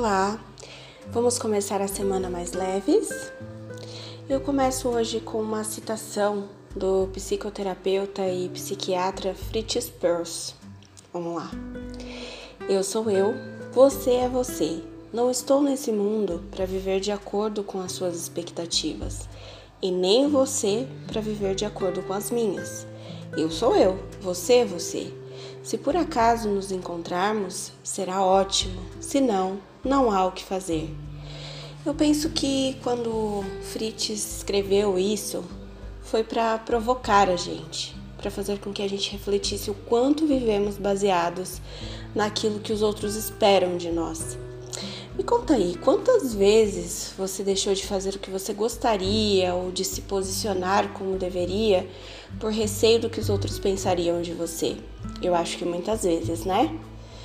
Olá, vamos começar a semana mais leves? Eu começo hoje com uma citação do psicoterapeuta e psiquiatra Fritz Perls. Vamos lá. Eu sou eu, você é você. Não estou nesse mundo para viver de acordo com as suas expectativas, e nem você para viver de acordo com as minhas. Eu sou eu, você é você. Se por acaso nos encontrarmos, será ótimo, se não, não há o que fazer. Eu penso que quando Fritz escreveu isso, foi para provocar a gente, para fazer com que a gente refletisse o quanto vivemos baseados naquilo que os outros esperam de nós. Me conta aí, quantas vezes você deixou de fazer o que você gostaria ou de se posicionar como deveria por receio do que os outros pensariam de você? Eu acho que muitas vezes, né?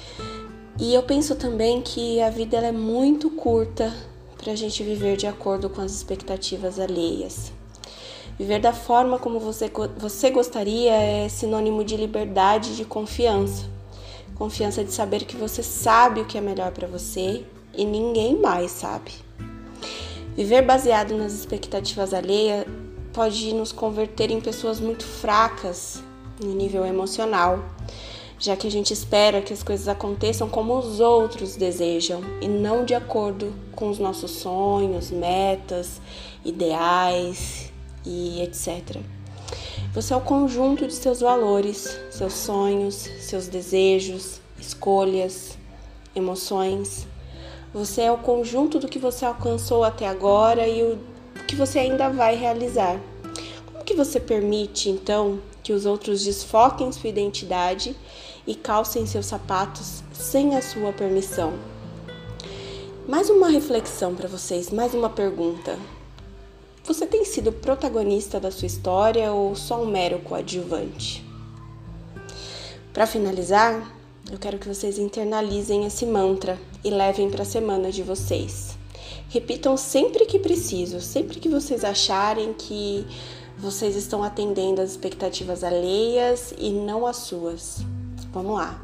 E eu penso também que a vida ela é muito curta para a gente viver de acordo com as expectativas alheias. Viver da forma como você gostaria é sinônimo de liberdade e de confiança. Confiança de saber que você sabe o que é melhor para você e ninguém mais sabe. Viver baseado nas expectativas alheias pode nos converter em pessoas muito fracas no nível emocional, já que a gente espera que as coisas aconteçam como os outros desejam e não de acordo com os nossos sonhos, metas, ideais e etc. Você é o conjunto de seus valores, seus sonhos, seus desejos, escolhas, emoções. Você é o conjunto do que você alcançou até agora e o que você ainda vai realizar. Como que você permite, então, que os outros desfoquem sua identidade e calcem seus sapatos sem a sua permissão? Mais uma reflexão para vocês, mais uma pergunta. Você tem sido protagonista da sua história ou só um mero coadjuvante? Para finalizar, eu quero que vocês internalizem esse mantra e levem para a semana de vocês. Repitam sempre que preciso, sempre que vocês acharem que vocês estão atendendo às expectativas alheias e não às suas. Vamos lá.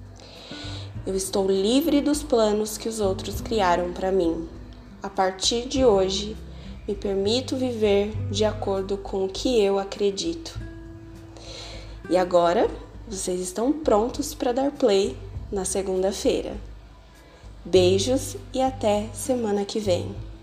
Eu estou livre dos planos que os outros criaram para mim. A partir de hoje, me permito viver de acordo com o que eu acredito. E agora, vocês estão prontos para dar play na segunda-feira. Beijos e até semana que vem.